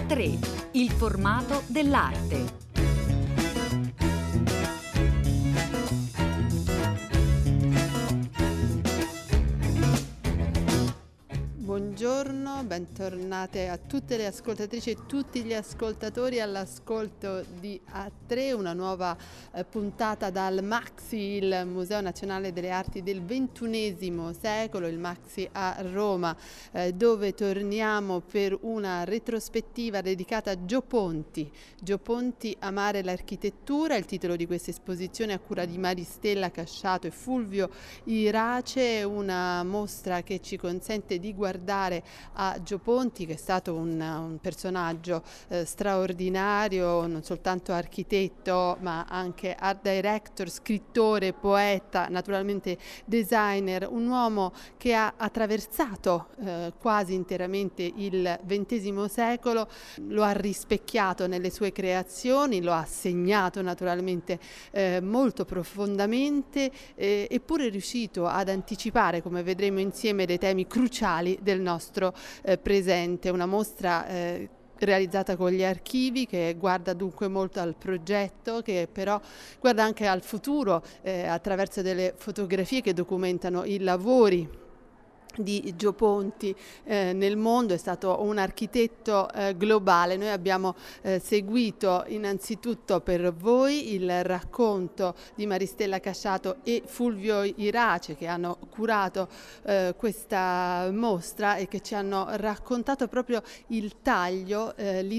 A3, il formato dell'arte. Buongiorno, bentornate a tutte le ascoltatrici e tutti gli ascoltatori all'ascolto di A3, una nuova puntata dal MAXXI, il Museo Nazionale delle Arti del XXI secolo, il MAXXI a Roma, dove torniamo per una retrospettiva dedicata a Gio Ponti. Gio Ponti, amare l'architettura, il titolo di questa esposizione a cura di Maristella Casciato e Fulvio Irace, una mostra che ci consente di guardare a Gio Ponti, che è stato un personaggio straordinario, non soltanto architetto ma anche art director, scrittore, poeta, naturalmente designer, un uomo che ha attraversato quasi interamente il XX secolo, lo ha rispecchiato nelle sue creazioni, lo ha segnato naturalmente molto profondamente, eppure è riuscito ad anticipare, come vedremo insieme, dei temi cruciali del nostro presente. Una mostra realizzata con gli archivi, che guarda dunque molto al progetto, che però guarda anche al futuro attraverso delle fotografie che documentano i lavori di Gio Ponti nel mondo. È stato un architetto globale. Noi abbiamo seguito innanzitutto per voi il racconto di Maristella Casciato e Fulvio Irace, che hanno curato questa mostra e che ci hanno raccontato proprio il taglio,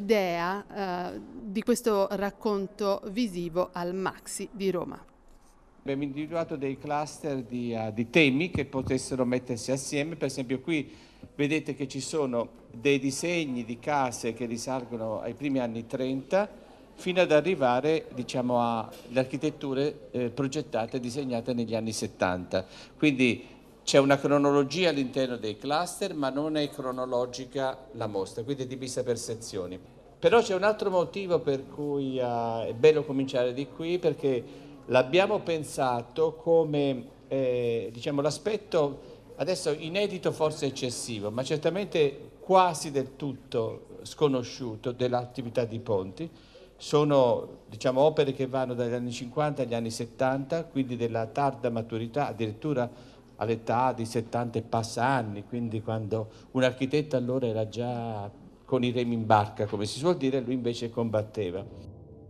l'idea di questo racconto visivo al MAXXI di Roma. Abbiamo individuato dei cluster di temi che potessero mettersi assieme. Per esempio qui vedete che ci sono dei disegni di case che risalgono ai primi anni 30 fino ad arrivare, diciamo, alle architetture progettate e disegnate negli anni 70. Quindi c'è una cronologia all'interno dei cluster, ma non è cronologica la mostra, quindi è divisa per sezioni. Però c'è un altro motivo per cui è bello cominciare di qui, perché l'abbiamo pensato come diciamo, l'aspetto adesso inedito, forse eccessivo, ma certamente quasi del tutto sconosciuto dell'attività di Ponti. Sono, diciamo, opere che vanno dagli anni 50 agli anni 70, quindi della tarda maturità, addirittura all'età di 70 e passa anni, quindi quando un architetto allora era già con i remi in barca, come si suol dire, lui invece combatteva.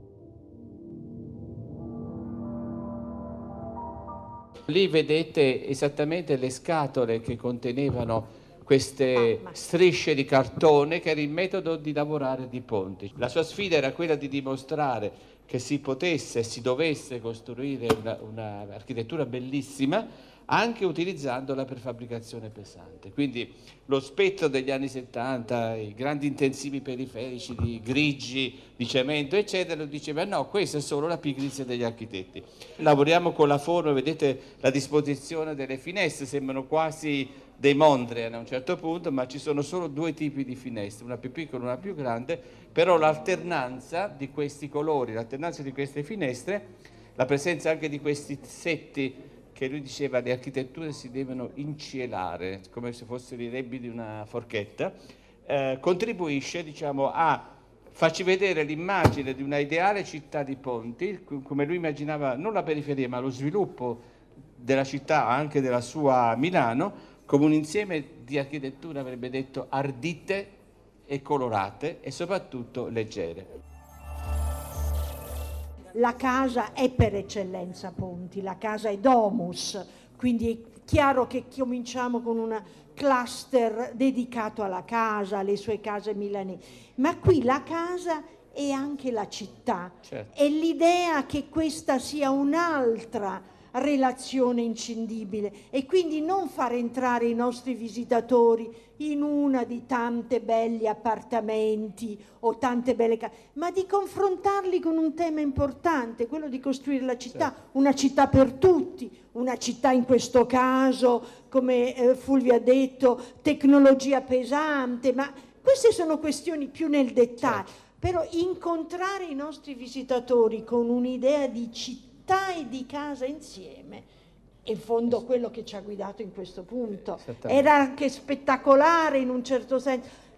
Lì vedete esattamente le scatole che contenevano queste strisce di cartone, che era il metodo di lavorare di Ponti. La sua sfida era quella di dimostrare che si potesse e si dovesse costruire una architettura bellissima anche utilizzando la prefabbricazione pesante. Quindi lo spettro degli anni 70, i grandi intensivi periferici di grigi, di cemento, eccetera, diceva no, questa è solo la pigrizia degli architetti. Lavoriamo con la forma, vedete la disposizione delle finestre, sembrano quasi dei Mondrian a un certo punto, ma ci sono solo due tipi di finestre, una più piccola e una più grande, però l'alternanza di questi colori, l'alternanza di queste finestre, la presenza anche di questi setti, che lui diceva le architetture si devono incielare, come se fossero i rebbi di una forchetta, contribuisce, diciamo, a farci vedere l'immagine di una ideale città di Ponti, come lui immaginava non la periferia ma lo sviluppo della città, anche della sua Milano, come un insieme di architetture, avrebbe detto, ardite e colorate e soprattutto leggere. La casa è per eccellenza Ponti, la casa è domus, quindi è chiaro che cominciamo con un cluster dedicato alla casa, alle sue case milanesi, ma qui la casa è anche la città, certo. E l'idea che questa sia un'altra relazione inscindibile e quindi non far entrare i nostri visitatori in una di tante belli appartamenti o tante belle case, ma di confrontarli con un tema importante, quello di costruire la città, certo. Una città per tutti, una città in questo caso, come Fulvio ha detto, tecnologia pesante, ma queste sono questioni più nel dettaglio, certo. Però incontrare i nostri visitatori con un'idea di città e di casa insieme è in fondo quello che ci ha guidato in questo punto. Era anche spettacolare in un certo senso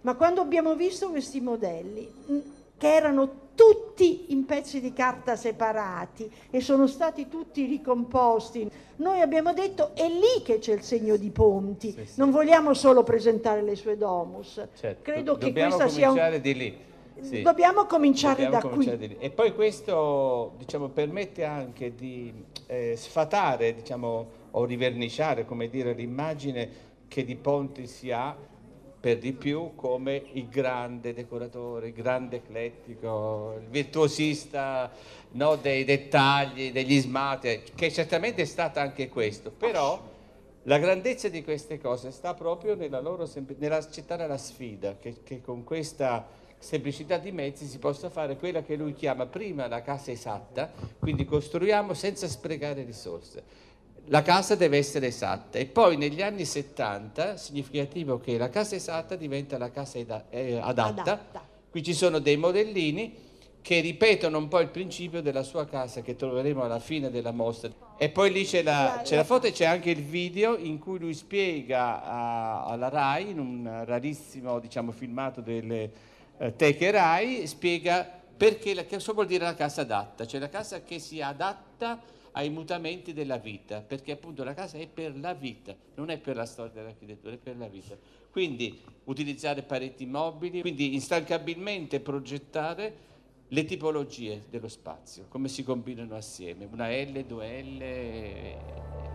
Ma quando abbiamo visto questi modelli, che erano tutti in pezzi di carta separati e sono stati tutti ricomposti, noi abbiamo detto è lì che c'è il segno di Ponti, Sì, sì. non vogliamo solo presentare le sue domus. Certo, Credo che dobbiamo questa sia cominciare di lì. Sì. Dobbiamo cominciare Dobbiamo da cominciare qui. di lì. E poi questo, diciamo, permette anche di sfatare, diciamo, o riverniciare, come dire, l'immagine che di Ponti si ha per di più come il grande decoratore, il grande eclettico, il virtuosista, no, dei dettagli, degli smalti, che certamente è stato anche questo, però la grandezza di queste cose sta proprio nell'accettare la sfida, che con questa semplicità di mezzi si possa fare quella che lui chiama prima la casa esatta, quindi costruiamo senza sprecare risorse. La casa deve essere esatta e poi negli anni 70 significativo che la casa esatta diventa la casa adatta. Qui ci sono dei modellini che ripetono un po' il principio della sua casa che troveremo alla fine della mostra. E poi lì c'è la foto e c'è anche il video in cui lui spiega alla RAI, in un rarissimo, diciamo, filmato delle teche RAI, spiega perché, cosa vuol dire la casa adatta, cioè la casa che si adatta ai mutamenti della vita, perché appunto la casa è per la vita, non è per la storia dell'architettura, è per la vita. Quindi utilizzare pareti mobili, quindi instancabilmente progettare le tipologie dello spazio, come si combinano assieme, una L, due L.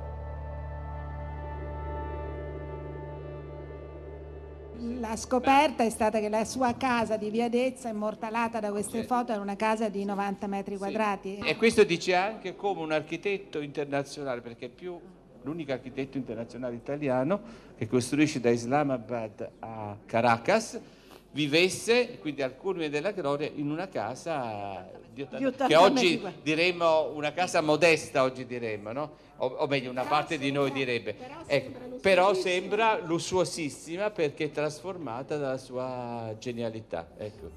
La scoperta è stata che la sua casa di Via Dezza, immortalata da queste foto, era una casa di 90 metri quadrati. E questo dice anche come un architetto internazionale, perché è più l'unico architetto internazionale italiano che costruisce da Islamabad a Caracas, vivesse, quindi al culmine della gloria, in una casa che oggi diremmo una casa modesta, oggi diremmo, no? O meglio, una parte di noi direbbe. Però sembra lussuosissima perché è trasformata dalla sua genialità. Ecco.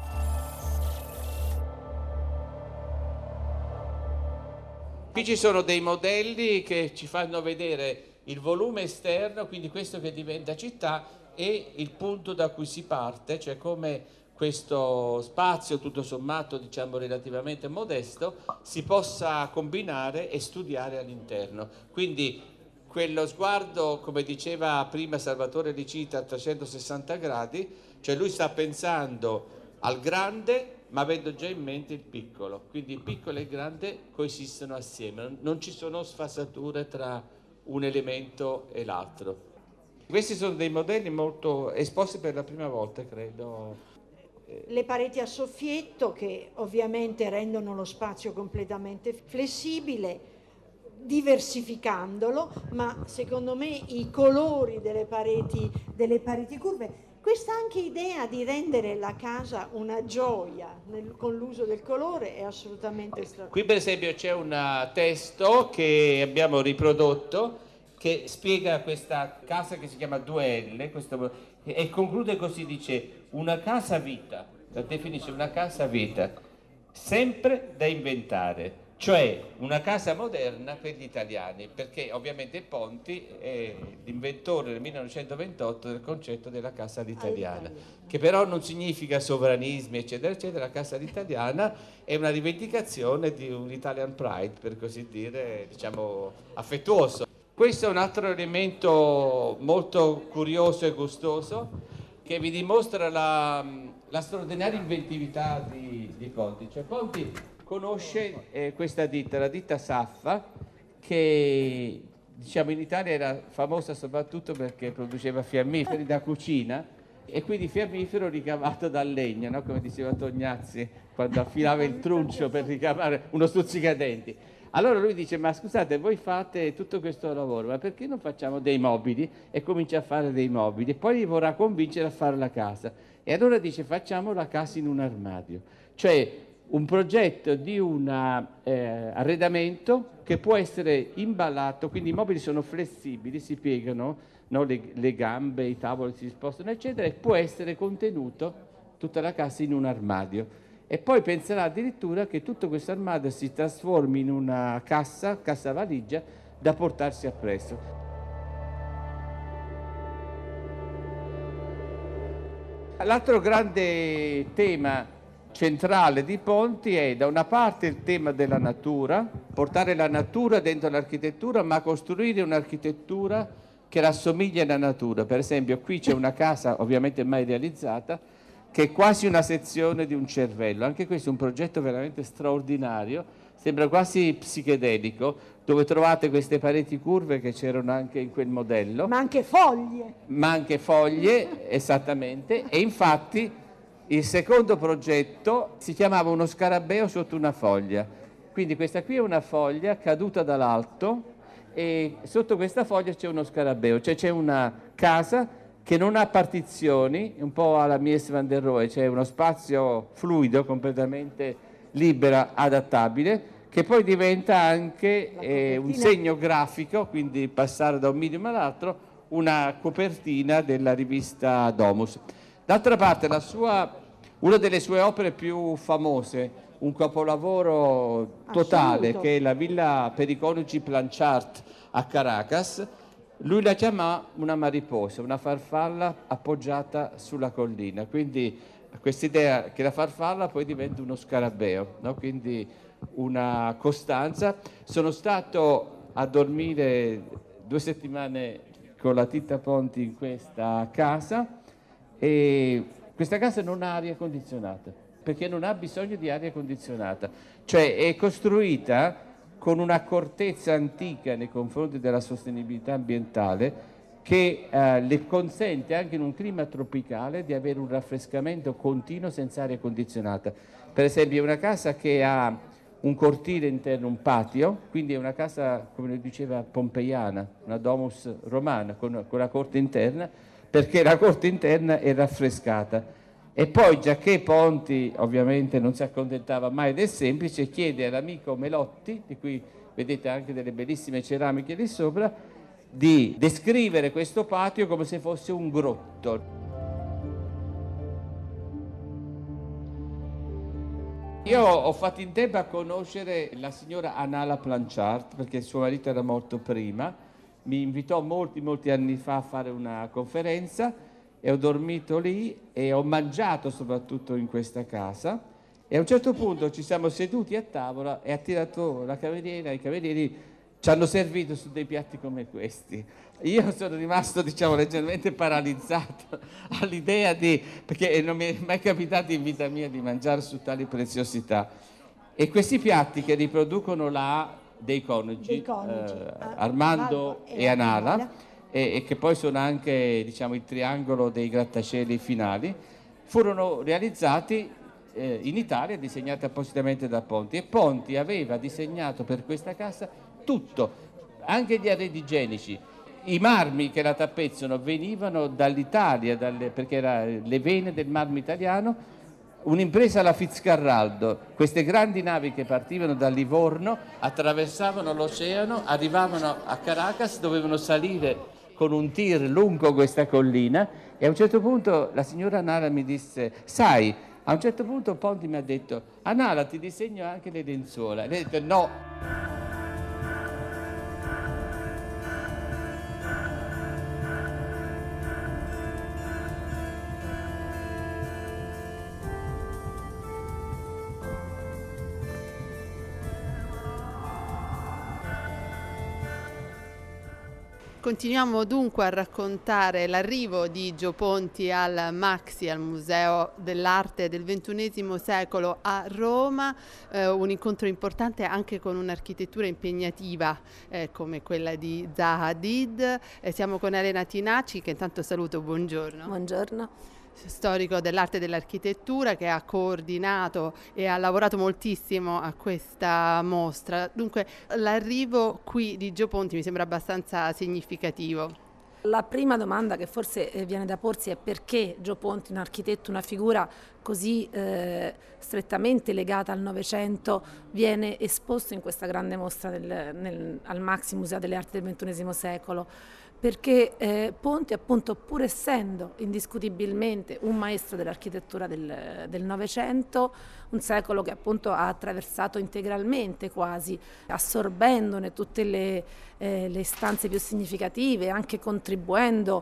Qui ci sono dei modelli che ci fanno vedere il volume esterno, quindi questo che diventa città, e il punto da cui si parte, cioè come questo spazio tutto sommato, diciamo, relativamente modesto, si possa combinare e studiare all'interno. Quindi quello sguardo, come diceva prima Salvatore Licita, a 360 gradi, cioè lui sta pensando al grande ma avendo già in mente il piccolo, quindi il piccolo e il grande coesistono assieme, non ci sono sfasature tra un elemento e l'altro. Questi sono dei modelli molto esposti per la prima volta, credo. Le pareti a soffietto che ovviamente rendono lo spazio completamente flessibile, diversificandolo, ma secondo me i colori delle pareti curve, questa anche idea di rendere la casa una gioia con l'uso del colore è assolutamente straordinaria. Qui per esempio c'è un testo che abbiamo riprodotto che spiega questa casa che si chiama 2L e conclude così, dice: una casa vita, la definisce una casa vita, sempre da inventare, cioè una casa moderna per gli italiani, perché ovviamente Ponti è l'inventore nel 1928 del concetto della casa all'italiana, che però non significa sovranismi eccetera eccetera. La casa all'italiana è una rivendicazione di un Italian pride, per così dire, diciamo affettuoso. Questo è un altro elemento molto curioso e gustoso che vi dimostra la straordinaria inventività di Ponti. Cioè Ponti conosce questa ditta, la ditta Saffa, che diciamo in Italia era famosa soprattutto perché produceva fiammiferi da cucina, e quindi fiammifero ricavato dal legno, no? Come diceva Tognazzi quando affilava il truncio per ricavare uno stuzzicadenti. Allora lui dice: ma scusate, voi fate tutto questo lavoro, ma perché non facciamo dei mobili? E comincia a fare dei mobili e poi li vorrà convincere a fare la casa, e allora dice: facciamo la casa in un armadio, cioè un progetto di un arredamento che può essere imballato, quindi i mobili sono flessibili, si piegano, no? Le gambe, i tavoli si spostano eccetera, e può essere contenuto tutta la casa in un armadio. E poi penserà addirittura che tutto questo armadio si trasformi in una cassa valigia da portarsi appresso. L'altro grande tema centrale di Ponti è da una parte il tema della natura, portare la natura dentro l'architettura, ma costruire un'architettura che rassomiglia alla natura. Per esempio qui c'è una casa, ovviamente mai realizzata, che è quasi una sezione di un cervello. Anche questo è un progetto veramente straordinario, sembra quasi psichedelico, dove trovate queste pareti curve che c'erano anche in quel modello. Ma anche foglie. Ma anche foglie, esattamente, e infatti il secondo progetto si chiamava uno scarabeo sotto una foglia. Quindi questa qui è una foglia caduta dall'alto e sotto questa foglia c'è uno scarabeo, cioè c'è una casa che non ha partizioni, un po' alla Mies van der Rohe, c'è uno spazio fluido, completamente libera, adattabile, che poi diventa anche un segno grafico, quindi passare da un medium all'altro, una copertina della rivista Domus. D'altra parte una delle sue opere più famose, un capolavoro totale, Assoluto. che è la Villa per i coniugi Blanchard a Caracas, lui la chiama una mariposa, una farfalla appoggiata sulla collina, quindi questa idea che la farfalla poi diventa uno scarabeo, no? Quindi una costanza. Sono stato a dormire 2 settimane con la Titta Ponti in questa casa e questa casa non ha aria condizionata perché non ha bisogno di aria condizionata, cioè è costruita con un'accortezza antica nei confronti della sostenibilità ambientale che le consente anche in un clima tropicale di avere un raffrescamento continuo senza aria condizionata. Per esempio è una casa che ha un cortile interno, un patio, quindi è una casa, come diceva, pompeiana, una domus romana con la corte interna, perché la corte interna è raffrescata. E poi, giacché Ponti ovviamente non si accontentava mai del semplice, chiede all'amico Melotti, di cui vedete anche delle bellissime ceramiche lì sopra, di descrivere questo patio come se fosse un grotto. Io ho fatto in tempo a conoscere la signora Anala Blanchard, perché suo marito era morto prima, mi invitò molti anni fa a fare una conferenza e ho dormito lì e ho mangiato soprattutto in questa casa e a un certo punto ci siamo seduti a tavola e ha tirato la cameriera, i camerieri ci hanno servito su dei piatti come questi. Io sono rimasto, diciamo, leggermente paralizzato all'idea perché non mi è mai capitato in vita mia di mangiare su tali preziosità. E questi piatti che riproducono dei coniugi, Armando e Anala, e che poi sono anche, diciamo, il triangolo dei grattacieli finali, furono realizzati in Italia, disegnati appositamente da Ponti. E Ponti aveva disegnato per questa casa tutto, anche gli arredi igienici. I marmi che la tappezzano venivano dall'Italia, perché erano le vene del marmo italiano, un'impresa alla Fitzcarraldo. Queste grandi navi che partivano da Livorno, attraversavano l'oceano, arrivavano a Caracas, dovevano salire con un tir lungo questa collina e a un certo punto la signora Anala mi disse, sai, a un certo punto Ponti mi ha detto, Anala ti disegno anche le lenzuola. E lei ha detto no. Continuiamo dunque a raccontare l'arrivo di Gio Ponti al MAXXI, al Museo dell'Arte del XXI secolo a Roma, un incontro importante anche con un'architettura impegnativa come quella di Zaha Hadid. Siamo con Elena Tinacci, che intanto saluto, buongiorno. Buongiorno. Storico dell'arte e dell'architettura, che ha coordinato e ha lavorato moltissimo a questa mostra. Dunque l'arrivo qui di Gio Ponti mi sembra abbastanza significativo. La prima domanda che forse viene da porsi è perché Gio Ponti, un architetto, una figura così strettamente legata al Novecento, viene esposto in questa grande mostra al MAXXI Museo delle Arti del XXI secolo. perché Ponti, appunto, pur essendo indiscutibilmente un maestro dell'architettura del Novecento, un secolo che appunto ha attraversato integralmente, quasi assorbendone tutte le istanze più significative, anche contribuendo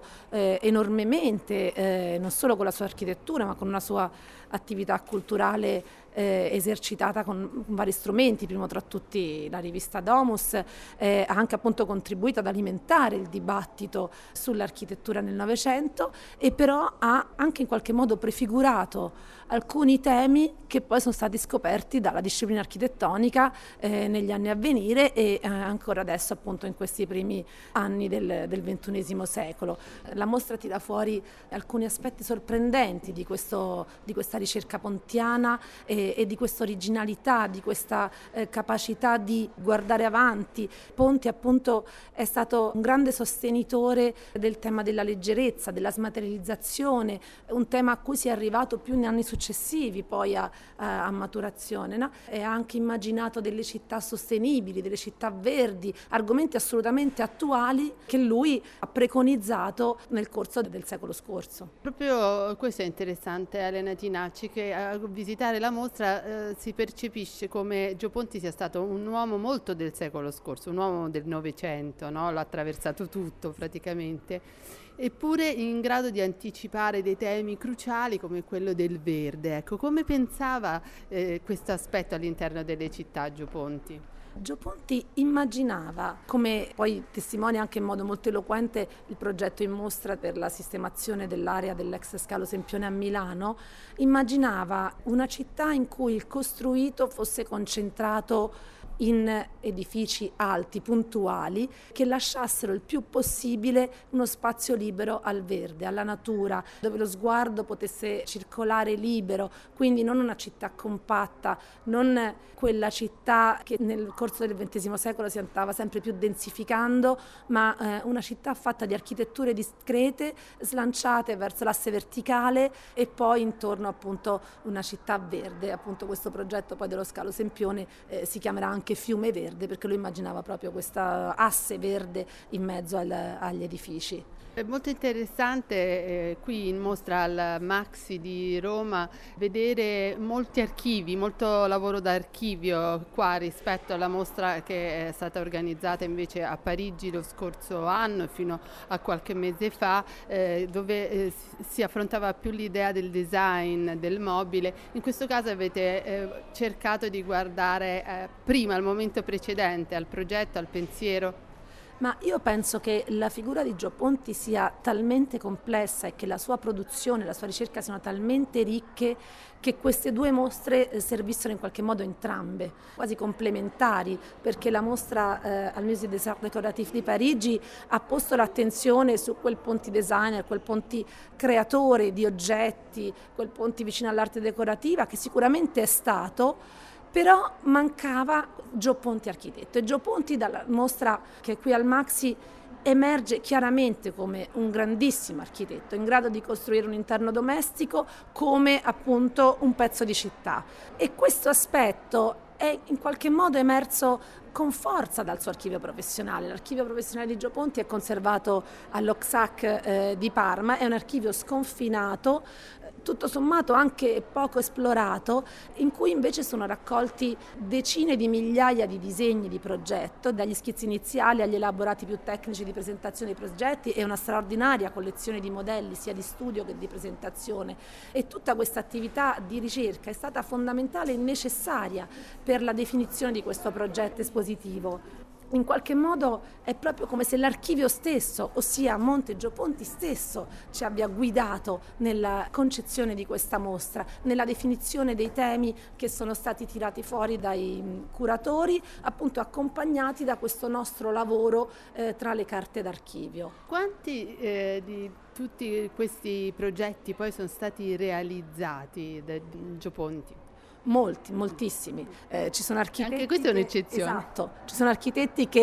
enormemente, non solo con la sua architettura, ma con una sua attività culturale esercitata con vari strumenti, primo tra tutti la rivista Domus, ha anche appunto contribuito ad alimentare il dibattito sull'architettura nel Novecento, e però ha anche in qualche modo prefigurato alcuni temi che poi sono stati scoperti dalla disciplina architettonica negli anni a venire e ancora adesso, appunto, in questi primi anni del XXI secolo. La mostra tira fuori alcuni aspetti sorprendenti di questa ricerca pontiana e di questa originalità, di questa capacità di guardare avanti. Ponti, appunto, è stato un grande sostenitore del tema della leggerezza, della smaterializzazione, un tema a cui si è arrivato più negli anni successivi poi a maturazione, no? E ha anche immaginato delle città sostenibili, delle città verdi, argomenti assolutamente attuali che lui ha preconizzato nel corso del secolo scorso. Proprio questo è interessante, Elena Tinacci, che a visitare la mostra si percepisce come Gio Ponti sia stato un uomo molto del secolo scorso, un uomo del Novecento, no? L'ha attraversato tutto praticamente, eppure in grado di anticipare dei temi cruciali come quello del verde. Ecco, come pensava questo aspetto all'interno delle città Gio Ponti? Gio Ponti immaginava, come poi testimonia anche in modo molto eloquente il progetto in mostra per la sistemazione dell'area dell'ex Scalo Sempione a Milano, immaginava una città in cui il costruito fosse concentrato in edifici alti, puntuali, che lasciassero il più possibile uno spazio libero al verde, alla natura, dove lo sguardo potesse circolare libero, quindi non una città compatta, non quella città che nel corso del XX secolo si andava sempre più densificando, ma una città fatta di architetture discrete, slanciate verso l'asse verticale, e poi intorno appunto una città verde. Appunto questo progetto poi dello Scalo Sempione si chiamerà anche Fiume Verde, perché lo immaginava proprio questa asse verde in mezzo agli edifici. È molto interessante qui in mostra al Maxi di Roma vedere molti archivi, molto lavoro d'archivio qua rispetto alla mostra che è stata organizzata invece a Parigi lo scorso anno fino a qualche mese fa, dove si affrontava più l'idea del design del mobile. In questo caso avete cercato di guardare prima al momento precedente, al progetto, al pensiero. Ma io penso che la figura di Gio Ponti sia talmente complessa e che la sua produzione, la sua ricerca siano talmente ricche che queste due mostre servissero in qualche modo entrambe, quasi complementari, perché la mostra al Musée des Arts Décoratifs di Parigi ha posto l'attenzione su quel Ponti designer, quel Ponti creatore di oggetti, quel Ponti vicino all'arte decorativa, che sicuramente è stato, però mancava Gio Ponti architetto, e Gio Ponti dalla mostra che è qui al Maxi emerge chiaramente come un grandissimo architetto, in grado di costruire un interno domestico come appunto un pezzo di città, e questo aspetto è in qualche modo emerso con forza dal suo archivio professionale. L'archivio professionale di Gio Ponti è conservato all'Oxac di Parma, è un archivio sconfinato, tutto sommato anche poco esplorato, in cui invece sono raccolti decine di migliaia di disegni di progetto, dagli schizzi iniziali agli elaborati più tecnici di presentazione dei progetti, e una straordinaria collezione di modelli sia di studio che di presentazione, e tutta questa attività di ricerca è stata fondamentale e necessaria per la definizione di questo progetto espositivo. In qualche modo è proprio come se l'archivio stesso, ossia Monte Gio Ponti stesso, ci abbia guidato nella concezione di questa mostra, nella definizione dei temi che sono stati tirati fuori dai curatori, appunto accompagnati da questo nostro lavoro tra le carte d'archivio. Quanti di tutti questi progetti poi sono stati realizzati da Gio Ponti? Molti, moltissimi. Ci sono architetti. Anche questa è un'eccezione. Esatto, ci sono architetti che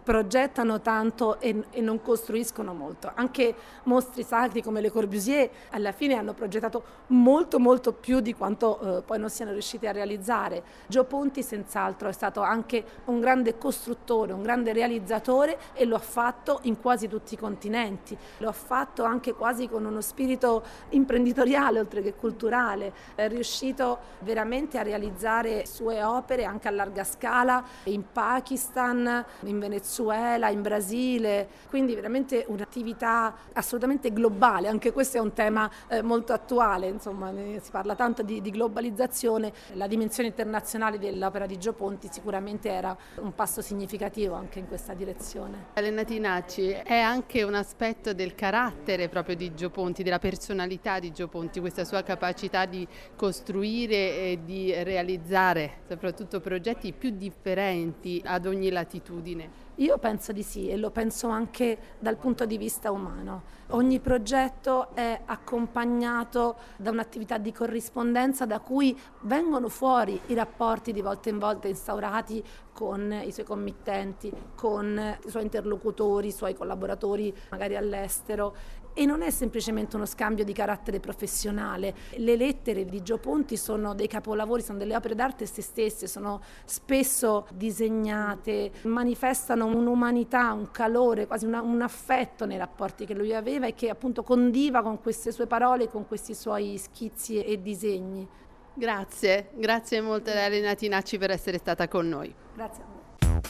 progettano tanto e non costruiscono molto. Anche mostri sacri come Le Corbusier alla fine hanno progettato molto molto più di quanto poi non siano riusciti a realizzare. Gio Ponti senz'altro è stato anche un grande costruttore, un grande realizzatore, e lo ha fatto in quasi tutti i continenti. Lo ha fatto anche quasi con uno spirito imprenditoriale oltre che culturale. È riuscito veramente a realizzare sue opere anche a larga scala in Pakistan, in Venezuela, in Brasile, quindi veramente un'attività assolutamente globale. Anche questo è un tema molto attuale, insomma, si parla tanto di globalizzazione. La dimensione internazionale dell'opera di Gio Ponti sicuramente era un passo significativo anche in questa direzione. Elena Tinacci, è anche un aspetto del carattere proprio di Gio Ponti, della personalità di Gio Ponti, questa sua capacità di costruire e di realizzare soprattutto progetti più differenti ad ogni latitudine. Io penso di sì, e lo penso anche dal punto di vista umano. Ogni progetto è accompagnato da un'attività di corrispondenza da cui vengono fuori i rapporti di volta in volta instaurati con i suoi committenti, con i suoi interlocutori, i suoi collaboratori magari all'estero. E non è semplicemente uno scambio di carattere professionale. Le lettere di Gio Ponti sono dei capolavori, sono delle opere d'arte se stesse, sono spesso disegnate, manifestano un'umanità, un calore, quasi un affetto nei rapporti che lui aveva e che appunto condiva con queste sue parole, con questi suoi schizzi e disegni. Grazie molto a Elena Tinacci per essere stata con noi. Grazie a voi.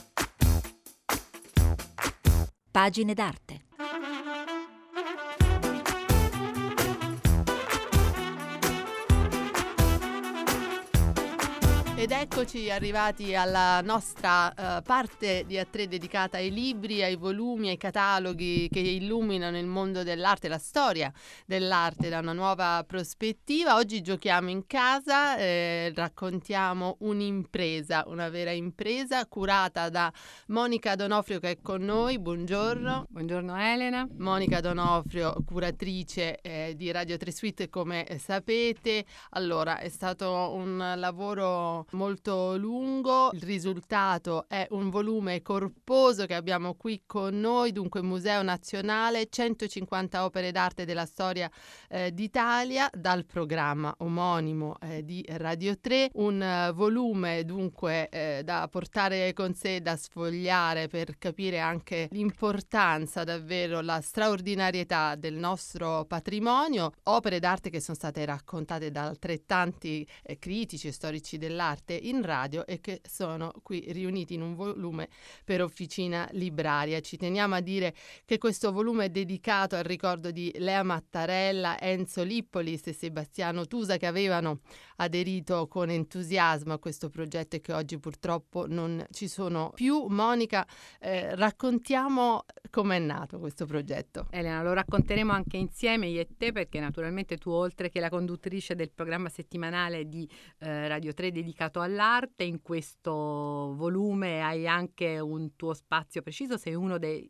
Pagine d'arte. Ed eccoci arrivati alla nostra parte di A3 dedicata ai libri, ai volumi, ai cataloghi che illuminano il mondo dell'arte, la storia dell'arte da una nuova prospettiva. Oggi giochiamo in casa, raccontiamo un'impresa, una vera impresa curata da Monica D'Onofrio che è con noi. Buongiorno. Buongiorno Elena. Monica D'Onofrio, curatrice di Radio 3 Suite, come sapete. Allora, è stato un lavoro molto lungo, il risultato è un volume corposo che abbiamo qui con noi, dunque Museo Nazionale, 150 opere d'arte della storia d'Italia, dal programma omonimo di Radio 3, un volume dunque da portare con sé, da sfogliare per capire anche l'importanza, davvero la straordinarietà del nostro patrimonio, opere d'arte che sono state raccontate da altrettanti critici e storici dell'arte in radio e che sono qui riuniti in un volume per Officina Libraria. Ci teniamo a dire che questo volume è dedicato al ricordo di Lea Mattarella, Enzo Lippolis e Sebastiano Tusa, che avevano aderito con entusiasmo a questo progetto e che oggi purtroppo non ci sono più. Monica, raccontiamo com'è nato questo progetto. Elena, lo racconteremo anche insieme io e te, perché naturalmente tu, oltre che la conduttrice del programma settimanale di Radio 3 dedicato all'arte, in questo volume hai anche un tuo spazio preciso, sei uno dei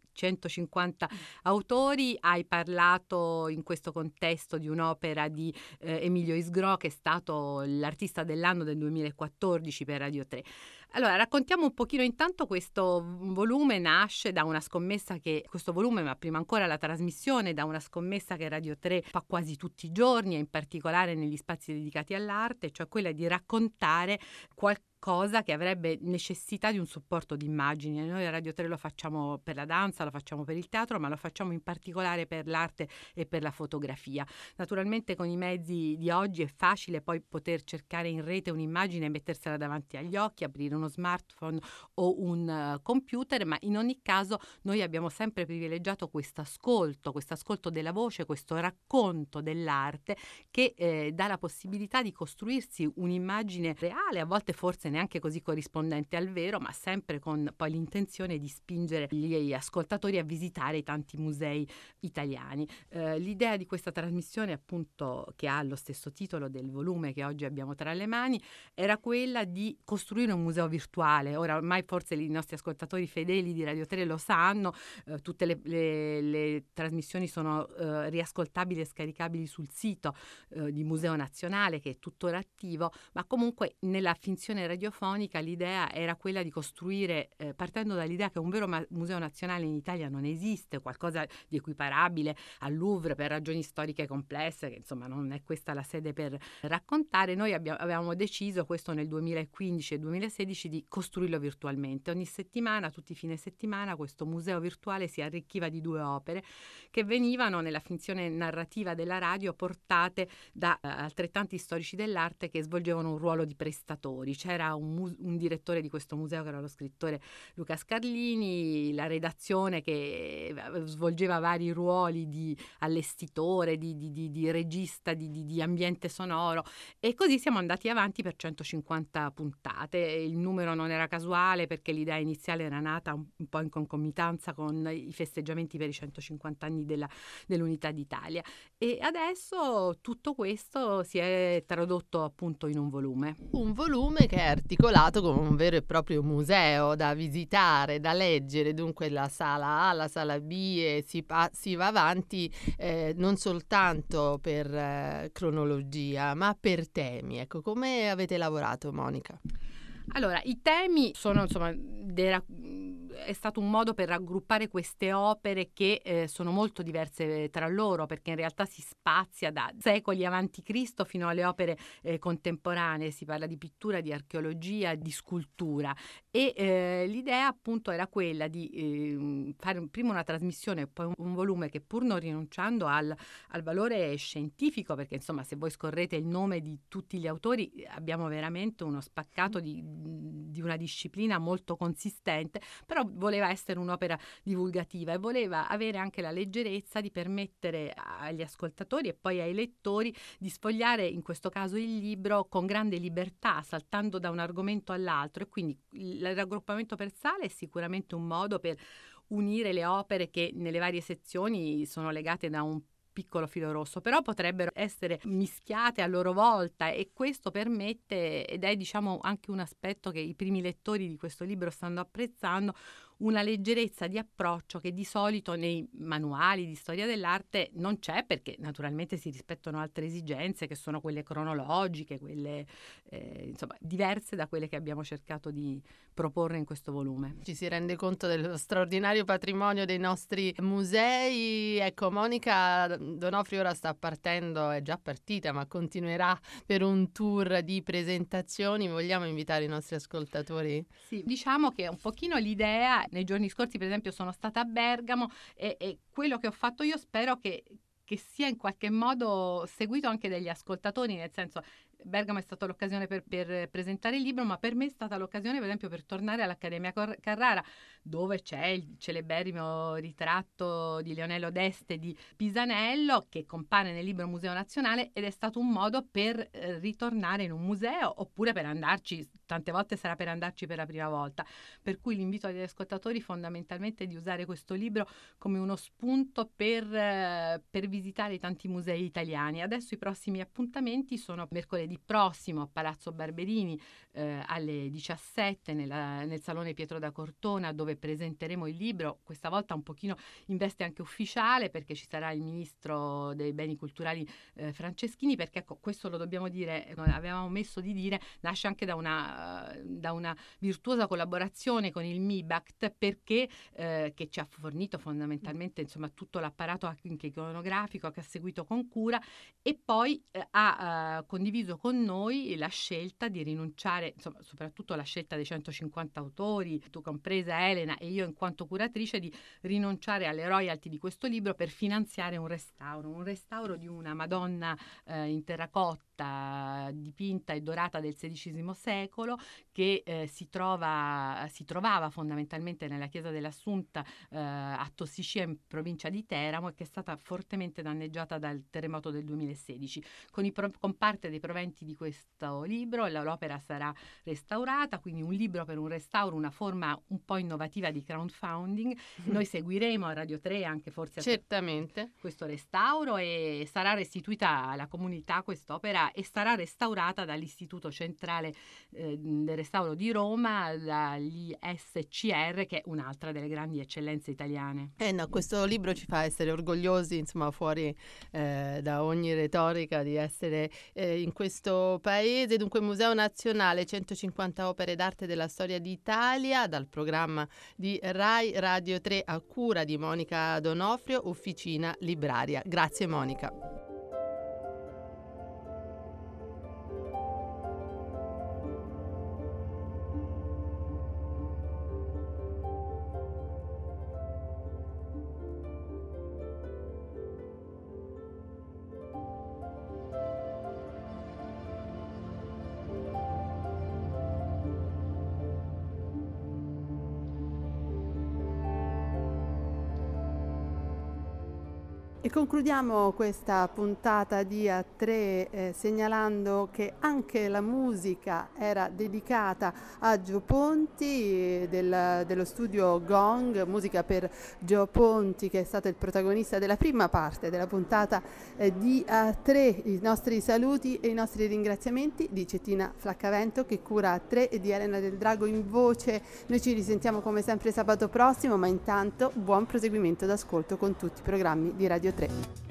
150 autori, hai parlato in questo contesto di un'opera di Emilio Isgro, che è stato l'artista dell'anno del 2014 per Radio 3. Allora, raccontiamo un pochino intanto. Questo volume nasce da una scommessa che, questo volume, ma prima ancora la trasmissione, da una scommessa che Radio 3 fa quasi tutti i giorni, e in particolare negli spazi dedicati all'arte, cioè quella di raccontare qualcosa che avrebbe necessità di un supporto di immagini. Noi a Radio 3 lo facciamo per la danza, lo facciamo per il teatro, ma lo facciamo in particolare per l'arte e per la fotografia. Naturalmente con i mezzi di oggi è facile poi poter cercare in rete un'immagine e mettersela davanti agli occhi, aprire uno smartphone o un computer, ma in ogni caso noi abbiamo sempre privilegiato questo ascolto della voce, questo racconto dell'arte che dà la possibilità di costruirsi un'immagine reale, a volte forse neanche così corrispondente al vero, ma sempre con poi l'intenzione di spingere gli ascoltatori a visitare i tanti musei italiani. L'idea di questa trasmissione, appunto, che ha lo stesso titolo del volume che oggi abbiamo tra le mani, era quella di costruire un museo virtuale. Ora ormai forse i nostri ascoltatori fedeli di Radio 3 lo sanno, tutte le trasmissioni sono riascoltabili e scaricabili sul sito di Museo Nazionale, che è tuttora attivo, ma comunque nella finzione radiofonica radiofonica l'idea era quella di costruire, partendo dall'idea che un vero museo nazionale in Italia non esiste, qualcosa di equiparabile al Louvre per ragioni storiche complesse, che insomma non è questa la sede per raccontare. Noi avevamo deciso, questo nel 2015 e 2016, di costruirlo virtualmente. Ogni settimana, tutti i fine settimana, questo museo virtuale si arricchiva di 2 opere che venivano nella finzione narrativa della radio portate da altrettanti storici dell'arte che svolgevano un ruolo di prestatori. C'era un direttore di questo museo che era lo scrittore Luca Scarlini, la redazione che svolgeva vari ruoli di allestitore, di regista, di ambiente sonoro, e così siamo andati avanti per 150 puntate. Il numero non era casuale perché l'idea iniziale era nata un po' in concomitanza con i festeggiamenti per i 150 anni dell'Unità d'Italia, e adesso tutto questo si è tradotto appunto in un volume. Un volume che è articolato come un vero e proprio museo da visitare, da leggere, dunque la sala A, la sala B, e si va avanti non soltanto per cronologia ma per temi. Ecco, come avete lavorato, Monica? Allora, i temi sono, insomma, è stato un modo per raggruppare queste opere che sono molto diverse tra loro, perché in realtà si spazia da secoli avanti Cristo fino alle opere contemporanee. Si parla di pittura, di archeologia, di scultura, e l'idea appunto era quella di fare prima una trasmissione e poi un volume che, pur non rinunciando al valore scientifico, perché insomma se voi scorrete il nome di tutti gli autori abbiamo veramente uno spaccato di una disciplina molto consistente, però voleva essere un'opera divulgativa e voleva avere anche la leggerezza di permettere agli ascoltatori e poi ai lettori di sfogliare in questo caso il libro con grande libertà, saltando da un argomento all'altro, e quindi il raggruppamento per sale è sicuramente un modo per unire le opere che nelle varie sezioni sono legate da un piccolo filo rosso, però potrebbero essere mischiate a loro volta, e questo permette, ed è diciamo anche un aspetto che i primi lettori di questo libro stanno apprezzando, una leggerezza di approccio che di solito nei manuali di storia dell'arte non c'è, perché naturalmente si rispettano altre esigenze che sono quelle cronologiche, quelle insomma diverse da quelle che abbiamo cercato di proporre in questo volume. Ci si rende conto dello straordinario patrimonio dei nostri musei. Ecco, Monica Donofrio ora sta partendo, è già partita, ma continuerà per un tour di presentazioni. Vogliamo invitare i nostri ascoltatori? Sì, diciamo che un pochino l'idea, nei giorni scorsi per esempio sono stata a Bergamo, e quello che ho fatto io spero che sia in qualche modo seguito anche dagli ascoltatori, nel senso, Bergamo è stata l'occasione per presentare il libro, ma per me è stata l'occasione per esempio per tornare all'Accademia Carrara, dove c'è il celeberrimo ritratto di Leonello d'Este di Pisanello che compare nel libro Museo Nazionale, ed è stato un modo per ritornare in un museo, oppure per andarci, tante volte sarà per andarci per la prima volta, per cui l'invito agli ascoltatori fondamentalmente è di usare questo libro come uno spunto per visitare i tanti musei italiani. Adesso i prossimi appuntamenti sono mercoledì prossimo a Palazzo Barberini alle 17 nel Salone Pietro da Cortona, dove presenteremo il libro, questa volta un pochino in veste anche ufficiale, perché ci sarà il ministro dei beni culturali Franceschini, perché ecco, questo lo dobbiamo dire, avevamo omesso di dire, nasce anche da una virtuosa collaborazione con il MIBACT, perché che ci ha fornito fondamentalmente insomma tutto l'apparato anche iconografico, che ha seguito con cura, e poi ha condiviso con noi la scelta di rinunciare, insomma soprattutto la scelta dei 150 autori, tu compresa Elena e io in quanto curatrice, di rinunciare alle royalty di questo libro per finanziare un restauro di una Madonna in terracotta dipinta e dorata del XVI secolo, che si trovava fondamentalmente nella chiesa dell'Assunta a Tossiccia in provincia di Teramo, e che è stata fortemente danneggiata dal terremoto del 2016. Con parte dei proventi di questo libro l'opera sarà restaurata, quindi un libro per un restauro, una forma un po' innovativa di crowdfunding. Noi seguiremo a Radio 3 anche forse certamente questo restauro, e sarà restituita alla comunità quest'opera, e sarà restaurata dall'Istituto Centrale del Restauro di Roma, dall'ISCR, che è un'altra delle grandi eccellenze italiane. No, questo libro ci fa essere orgogliosi, insomma, fuori da ogni retorica, di essere in questo questo paese. Dunque Museo Nazionale, 150 opere d'arte della storia d'Italia, dal programma di Rai Radio 3 a cura di Monica Donofrio, Officina Libraria. Grazie Monica. E concludiamo questa puntata di A3 segnalando che anche la musica era dedicata a Gio Ponti dello studio Gong, musica per Gio Ponti, che è stato il protagonista della prima parte della puntata di A3. I nostri saluti e i nostri ringraziamenti di Cettina Flaccavento che cura A3 e di Elena Del Drago in voce. Noi ci risentiamo come sempre sabato prossimo, ma intanto buon proseguimento d'ascolto con tutti i programmi di Radio 3.